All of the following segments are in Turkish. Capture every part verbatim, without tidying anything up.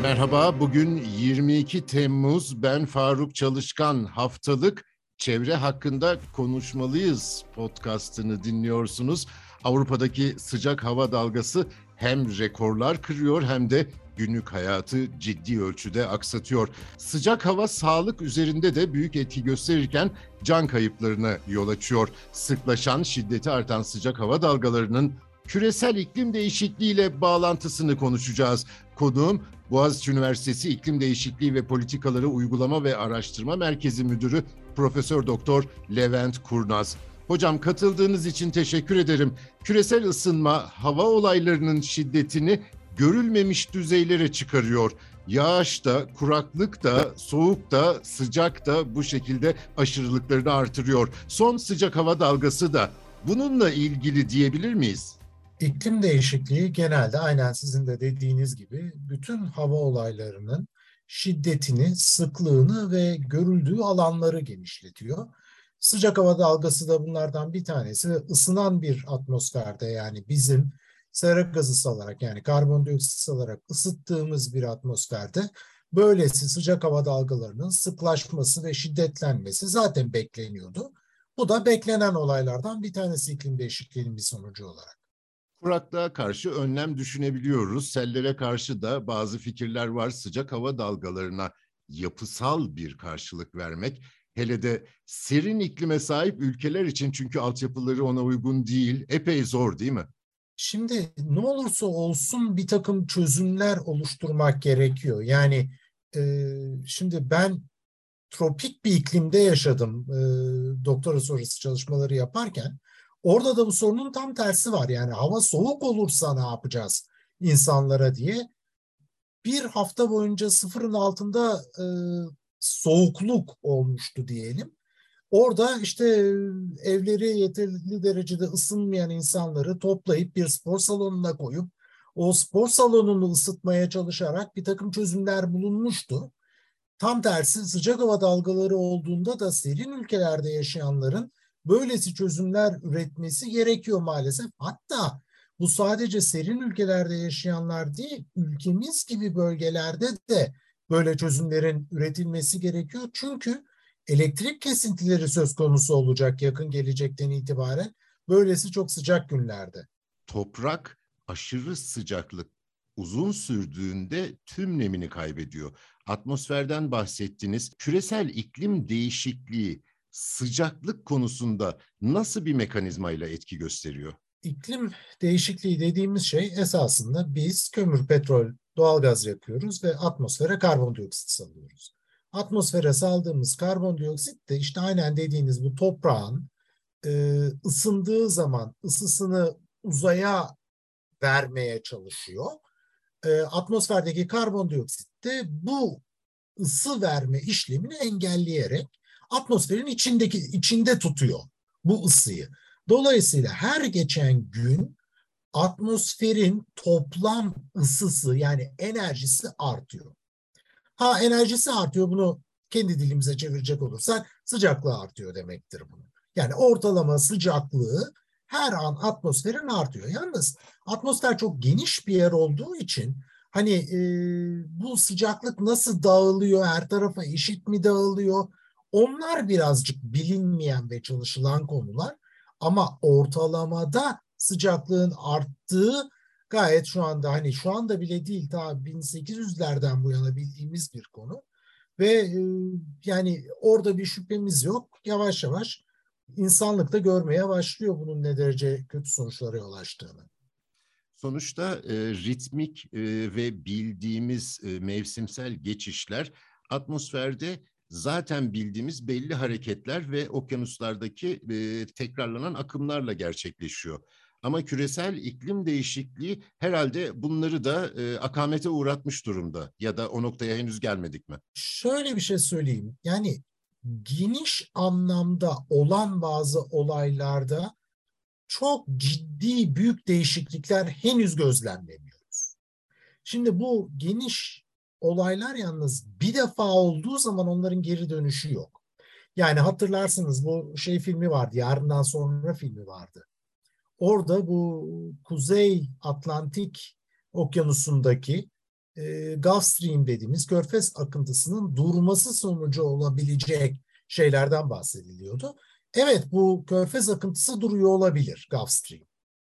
Merhaba, bugün yirmi iki Temmuz. Ben Faruk Çalışkan. Haftalık Çevre Hakkında Konuşmalıyız podcastını dinliyorsunuz. Avrupa'daki sıcak hava dalgası hem rekorlar kırıyor hem de günlük hayatı ciddi ölçüde aksatıyor. Sıcak hava sağlık üzerinde de büyük etki gösterirken can kayıplarına yol açıyor. Sıklaşan, şiddeti artan sıcak hava dalgalarının küresel iklim değişikliğiyle bağlantısını konuşacağız. Konuğum Boğaziçi Üniversitesi İklim Değişikliği ve Politikaları Uygulama ve Araştırma Merkezi Müdürü Profesör Doktor Levent Kurnaz. Hocam, katıldığınız için teşekkür ederim. Küresel ısınma hava olaylarının şiddetini görülmemiş düzeylere çıkarıyor. Yağış da, kuraklık da, soğuk da, sıcak da bu şekilde aşırılıklarını artırıyor. Son sıcak hava dalgası da bununla ilgili diyebilir miyiz? İklim değişikliği genelde aynen sizin de dediğiniz gibi bütün hava olaylarının şiddetini, sıklığını ve görüldüğü alanları genişletiyor. Sıcak hava dalgası da bunlardan bir tanesi ve ısınan bir atmosferde, yani bizim sera gazı salarak, yani karbondioksit salarak ısıttığımız bir atmosferde böylesi sıcak hava dalgalarının sıklaşması ve şiddetlenmesi zaten bekleniyordu. Bu da beklenen olaylardan bir tanesi iklim değişikliğinin bir sonucu olarak. Kuraklığa karşı önlem düşünebiliyoruz. Sellere karşı da bazı fikirler var. Sıcak hava dalgalarına yapısal bir karşılık vermek, hele de serin iklime sahip ülkeler için, çünkü altyapıları ona uygun değil, epey zor değil mi? Şimdi ne olursa olsun bir takım çözümler oluşturmak gerekiyor. Yani e, şimdi ben tropik bir iklimde yaşadım e, doktora sonrası çalışmaları yaparken. Orada da bu sorunun tam tersi var. Yani hava soğuk olursa ne yapacağız insanlara diye. Bir hafta boyunca sıfırın altında e, soğukluk olmuştu diyelim. Orada işte evleri yeterli derecede ısınmayan insanları toplayıp bir spor salonuna koyup o spor salonunu ısıtmaya çalışarak bir takım çözümler bulunmuştu. Tam tersi sıcak hava dalgaları olduğunda da serin ülkelerde yaşayanların böylesi çözümler üretmesi gerekiyor maalesef. Hatta bu sadece serin ülkelerde yaşayanlar değil, ülkemiz gibi bölgelerde de böyle çözümlerin üretilmesi gerekiyor. Çünkü elektrik kesintileri söz konusu olacak yakın gelecekten itibaren, böylesi çok sıcak günlerde. Toprak aşırı sıcaklık uzun sürdüğünde tüm nemini kaybediyor. Atmosferden bahsettiniz. Küresel iklim değişikliği sıcaklık konusunda nasıl bir mekanizmayla etki gösteriyor? İklim değişikliği dediğimiz şey esasında biz kömür, petrol, doğalgaz yakıyoruz ve atmosfere karbondioksit salıyoruz. Atmosfere saldığımız karbondioksit de işte aynen dediğiniz bu toprağın e, ısındığı zaman ısısını uzaya vermeye çalışıyor. E, atmosferdeki karbondioksit de bu ısı verme işlemini engelleyerek atmosferin içindeki içinde tutuyor bu ısıyı. Dolayısıyla her geçen gün atmosferin toplam ısısı, yani enerjisi artıyor. Ha, enerjisi artıyor, bunu kendi dilimize çevirecek olursak sıcaklığı artıyor demektir bunu. Yani ortalama sıcaklığı her an atmosferin artıyor. Yalnız atmosfer çok geniş bir yer olduğu için hani e, bu sıcaklık nasıl dağılıyor, her tarafa eşit mi dağılıyor? Onlar birazcık bilinmeyen ve çalışılan konular. Ama ortalamada sıcaklığın arttığı gayet şu anda, hani şu anda bile değil, ta bin sekiz yüzlerden bu yana bildiğimiz bir konu. Ve e, yani orada bir şüphemiz yok. Yavaş yavaş insanlık da görmeye başlıyor bunun ne derece kötü sonuçlara yol açtığını. Sonuçta e, ritmik e, ve bildiğimiz e, mevsimsel geçişler atmosferde zaten bildiğimiz belli hareketler ve okyanuslardaki e, tekrarlanan akımlarla gerçekleşiyor. Ama küresel iklim değişikliği herhalde bunları da e, akamete uğratmış durumda, ya da o noktaya henüz gelmedik mi? Şöyle bir şey söyleyeyim. Yani geniş anlamda olan bazı olaylarda çok ciddi büyük değişiklikler henüz gözlemlemiyoruz. Şimdi bu geniş olaylar yalnız bir defa olduğu zaman onların geri dönüşü yok. Yani hatırlarsınız, bu şey filmi vardı, Yarından Sonra filmi vardı. Orada bu Kuzey Atlantik Okyanusu'ndaki e, Gulf Stream dediğimiz Körfez akıntısının durması sonucu olabilecek şeylerden bahsediliyordu. Evet, bu Körfez akıntısı duruyor olabilir, Gulf Stream.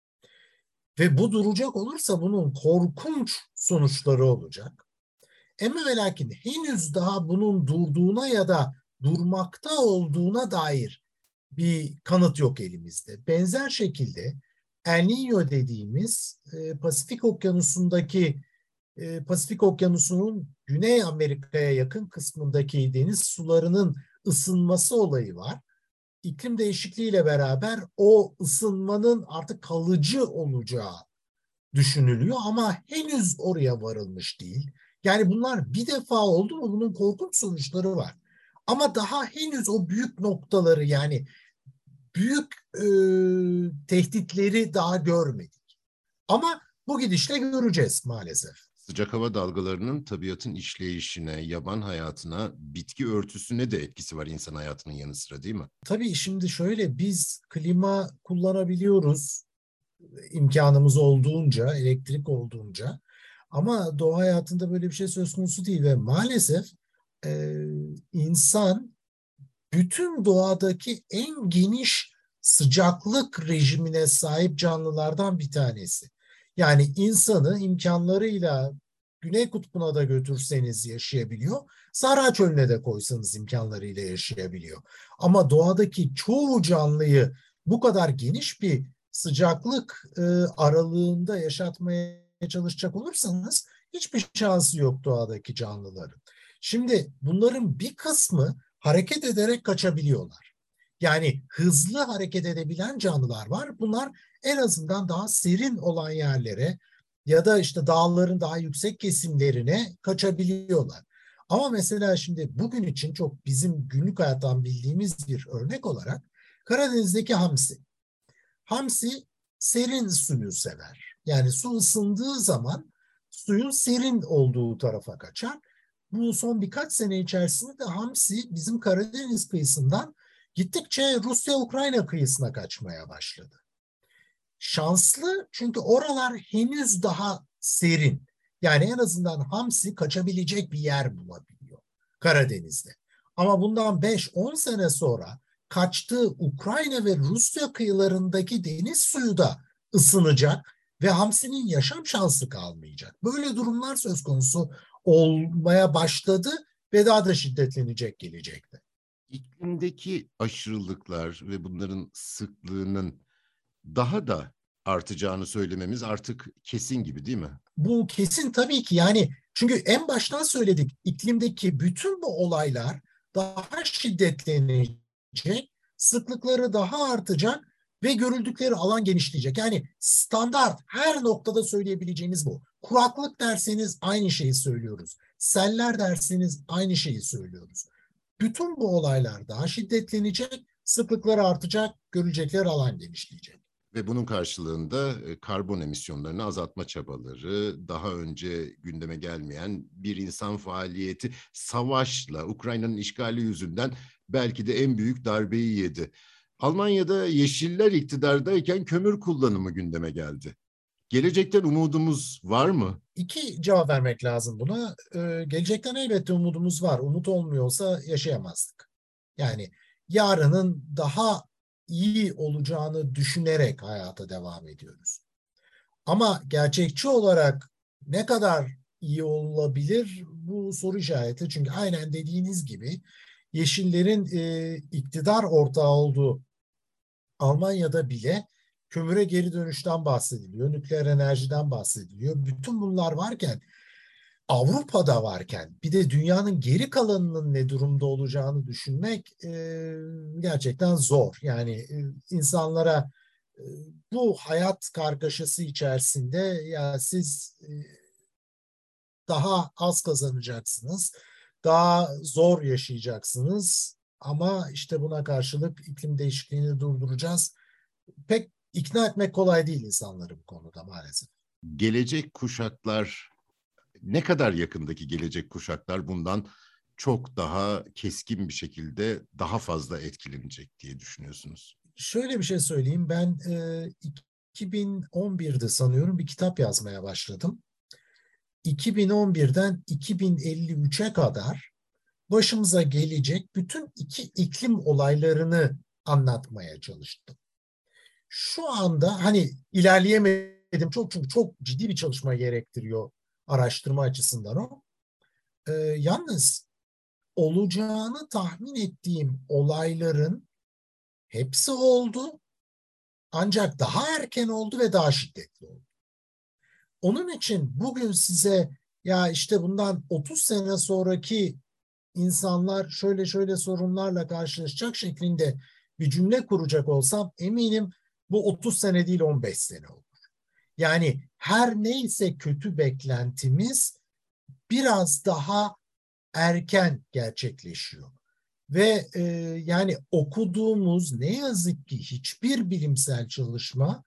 Ve bu duracak olursa bunun korkunç sonuçları olacak. Ama ve lakin henüz daha bunun durduğuna ya da durmakta olduğuna dair bir kanıt yok elimizde. Benzer şekilde El Niño dediğimiz e, Pasifik Okyanusu'ndaki e, Pasifik Okyanusu'nun Güney Amerika'ya yakın kısmındaki deniz sularının ısınması olayı var. İklim değişikliğiyle beraber o ısınmanın artık kalıcı olacağı düşünülüyor ama henüz oraya varılmış değil. Yani bunlar bir defa oldu mu bunun korkunç sonuçları var. Ama daha henüz o büyük noktaları, yani büyük e, tehditleri daha görmedik. Ama bu gidişle göreceğiz maalesef. Sıcak hava dalgalarının tabiatın işleyişine, yaban hayatına, bitki örtüsüne de etkisi var insan hayatının yanı sıra, değil mi? Tabii şimdi şöyle, biz klima kullanabiliyoruz imkanımız olduğunca, elektrik olduğunca. Ama doğa hayatında böyle bir şey söz konusu değil ve maalesef e, insan bütün doğadaki en geniş sıcaklık rejimine sahip canlılardan bir tanesi. Yani insanı imkanlarıyla Güney Kutbu'na da götürseniz yaşayabiliyor, Sahra Çölü'ne de koysanız imkanlarıyla yaşayabiliyor. Ama doğadaki çoğu canlıyı bu kadar geniş bir sıcaklık e, aralığında yaşatmaya çalışacak olursanız hiçbir şansı yok doğadaki canlıların. Şimdi bunların bir kısmı hareket ederek kaçabiliyorlar. Yani hızlı hareket edebilen canlılar var. Bunlar en azından daha serin olan yerlere ya da işte dağların daha yüksek kesimlerine kaçabiliyorlar. Ama mesela şimdi bugün için çok bizim günlük hayattan bildiğimiz bir örnek olarak Karadeniz'deki hamsi. Hamsi serin suyu sever. Yani su ısındığı zaman suyun serin olduğu tarafa kaçar. Bu son birkaç sene içerisinde de hamsi bizim Karadeniz kıyısından gittikçe Rusya-Ukrayna kıyısına kaçmaya başladı. Şanslı çünkü oralar henüz daha serin. Yani en azından hamsi kaçabilecek bir yer bulabiliyor Karadeniz'de. Ama bundan beş on sene sonra kaçtığı Ukrayna ve Rusya kıyılarındaki deniz suyu da ısınacak ve hamsinin yaşam şansı kalmayacak. Böyle durumlar söz konusu olmaya başladı ve daha da şiddetlenecek gelecekte. İklimdeki aşırılıklar ve bunların sıklığının daha da artacağını söylememiz artık kesin gibi, değil mi? Bu kesin tabii ki, yani çünkü en baştan söyledik, iklimdeki bütün bu olaylar daha şiddetlenecek, sıklıkları daha artacak ve görüldükleri alan genişleyecek. Yani standart her noktada söyleyebileceğimiz bu. Kuraklık derseniz aynı şeyi söylüyoruz. Seller derseniz aynı şeyi söylüyoruz. Bütün bu olaylar daha şiddetlenecek, sıklıkları artacak, görülecekler alan genişleyecek. Ve bunun karşılığında karbon emisyonlarını azaltma çabaları, daha önce gündeme gelmeyen bir insan faaliyeti, savaşla, Ukrayna'nın işgali yüzünden belki de en büyük darbeyi yedi. Almanya'da Yeşiller iktidardayken kömür kullanımı gündeme geldi. Gelecekten umudumuz var mı? İki cevap vermek lazım buna. Ee, gelecekten elbette umudumuz var. Umut olmuyorsa yaşayamazdık. Yani yarının daha iyi olacağını düşünerek hayata devam ediyoruz. Ama gerçekçi olarak ne kadar iyi olabilir bu soru işareti. Çünkü aynen dediğiniz gibi Yeşillerin e, iktidar ortağı olduğu Almanya'da bile kömüre geri dönüşten bahsediliyor, nükleer enerjiden bahsediliyor. Bütün bunlar varken, Avrupa'da varken bir de dünyanın geri kalanının ne durumda olacağını düşünmek e, gerçekten zor. Yani e, insanlara e, bu hayat kargaşası içerisinde ya siz e, daha az kazanacaksınız, daha zor yaşayacaksınız ama işte buna karşılık iklim değişikliğini durduracağız. Pek ikna etmek kolay değil insanları bu konuda maalesef. Gelecek kuşaklar, ne kadar yakındaki gelecek kuşaklar bundan çok daha keskin bir şekilde daha fazla etkilenecek diye düşünüyorsunuz? Şöyle bir şey söyleyeyim. Ben e, iki bin on birde sanıyorum bir kitap yazmaya başladım. iki bin on birden iki bin elli üçe kadar başımıza gelecek bütün iki iklim olaylarını anlatmaya çalıştım. Şu anda hani ilerleyemedim çok çünkü çok ciddi bir çalışma gerektiriyor araştırma açısından o. Ee, yalnız olacağını tahmin ettiğim olayların hepsi oldu. Ancak daha erken oldu ve daha şiddetli oldu. Onun için bugün size ya işte bundan otuz sene sonraki insanlar şöyle şöyle sorunlarla karşılaşacak şeklinde bir cümle kuracak olsam eminim bu otuz sene değil on beş sene olur. Yani her neyse kötü beklentimiz biraz daha erken gerçekleşiyor. Ve e, yani okuduğumuz ne yazık ki hiçbir bilimsel çalışma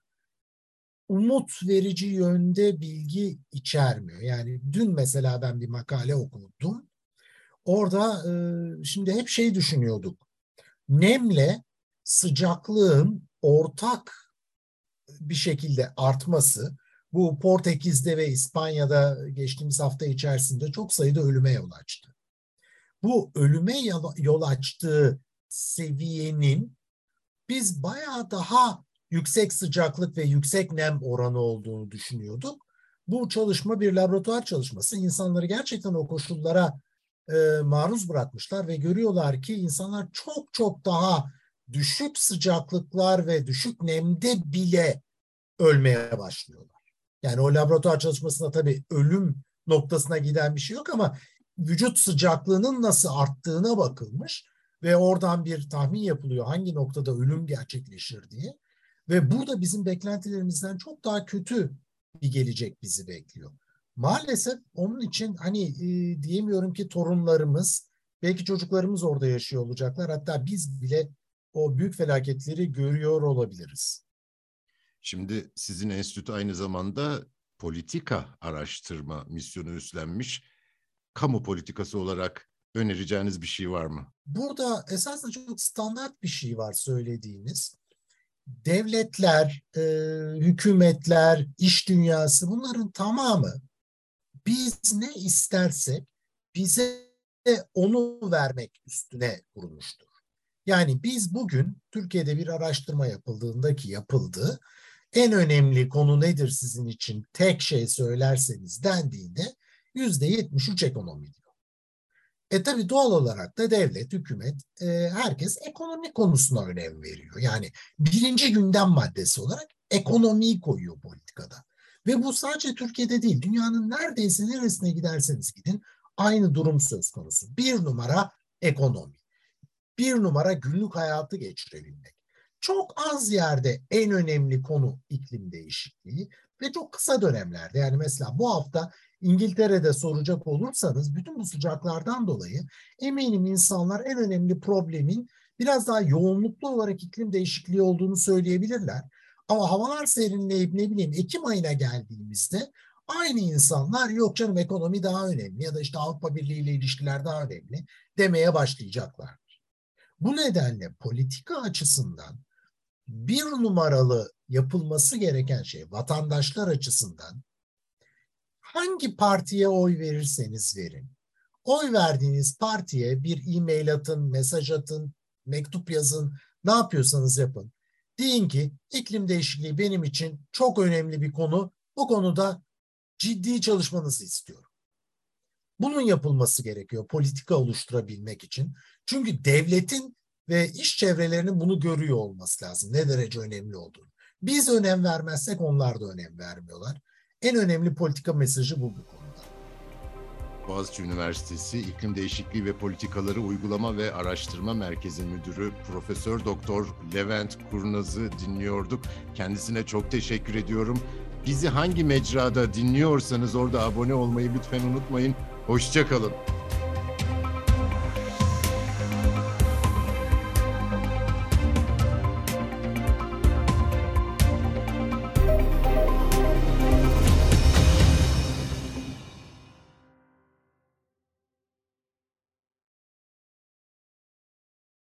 umut verici yönde bilgi içermiyor. Yani dün mesela ben bir makale okudum. Orada e, şimdi hep şey düşünüyorduk. Nemle sıcaklığın ortak bir şekilde artması, bu Portekiz'de ve İspanya'da geçtiğimiz hafta içerisinde çok sayıda ölüme yol açtı. Bu ölüme yol açtığı seviyenin biz bayağı daha yüksek sıcaklık ve yüksek nem oranı olduğunu düşünüyorduk. Bu çalışma bir laboratuvar çalışması. İnsanları gerçekten o koşullara e, maruz bırakmışlar ve görüyorlar ki insanlar çok çok daha düşük sıcaklıklar ve düşük nemde bile ölmeye başlıyorlar. Yani o laboratuvar çalışmasında tabii ölüm noktasına giden bir şey yok ama vücut sıcaklığının nasıl arttığına bakılmış ve oradan bir tahmin yapılıyor hangi noktada ölüm gerçekleşir diye. Ve burada bizim beklentilerimizden çok daha kötü bir gelecek bizi bekliyor. Maalesef onun için hani e, diyemiyorum ki torunlarımız, belki çocuklarımız orada yaşıyor olacaklar. Hatta biz bile o büyük felaketleri görüyor olabiliriz. Şimdi sizin enstitü aynı zamanda politika araştırma misyonu üstlenmiş. Kamu politikası olarak önereceğiniz bir şey var mı? Burada esasında çok standart bir şey var söylediğiniz. Devletler, e, hükümetler, iş dünyası bunların tamamı biz ne istersek bize onu vermek üstüne kurulmuştur. Yani biz bugün Türkiye'de bir araştırma yapıldığında ki yapıldı, en önemli konu nedir sizin için tek şey söylerseniz dendiğinde yüzde yetmiş üç ekonomi diyor. E tabii doğal olarak da devlet, hükümet, e, herkes ekonomi konusuna önem veriyor. Yani birinci gündem maddesi olarak ekonomiyi koyuyor politikada. Ve bu sadece Türkiye'de değil, dünyanın neredeyse neresine giderseniz gidin aynı durum söz konusu. Bir numara ekonomi. Bir numara günlük hayatı geçirebilmek. Çok az yerde en önemli konu iklim değişikliği ve çok kısa dönemlerde. Yani mesela bu hafta İngiltere'de soracak olursanız bütün bu sıcaklardan dolayı eminim insanlar en önemli problemin biraz daha yoğunluklu olarak iklim değişikliği olduğunu söyleyebilirler. Ama havalar serinleyip ne bileyim Ekim ayına geldiğimizde aynı insanlar yok canım ekonomi daha önemli ya da işte Avrupa Birliği ile ilişkiler daha önemli demeye başlayacaklar. Bu nedenle politika açısından bir numaralı yapılması gereken şey vatandaşlar açısından hangi partiye oy verirseniz verin. Oy verdiğiniz partiye bir e-mail atın, mesaj atın, mektup yazın, ne yapıyorsanız yapın. Deyin ki iklim değişikliği benim için çok önemli bir konu. Bu konuda ciddi çalışmanızı istiyorum. Bunun yapılması gerekiyor politika oluşturabilmek için. Çünkü devletin ve iş çevrelerinin bunu görüyor olması lazım. Ne derece önemli olduğunu. Biz önem vermezsek onlar da önem vermiyorlar. En önemli politika mesajı bu bu konuda. Boğaziçi Üniversitesi İklim Değişikliği ve Politikaları Uygulama ve Araştırma Merkezi Müdürü Profesör Doktor Levent Kurnaz'ı dinliyorduk. Kendisine çok teşekkür ediyorum. Bizi hangi mecrada dinliyorsanız orada abone olmayı lütfen unutmayın. Hoşça kalın.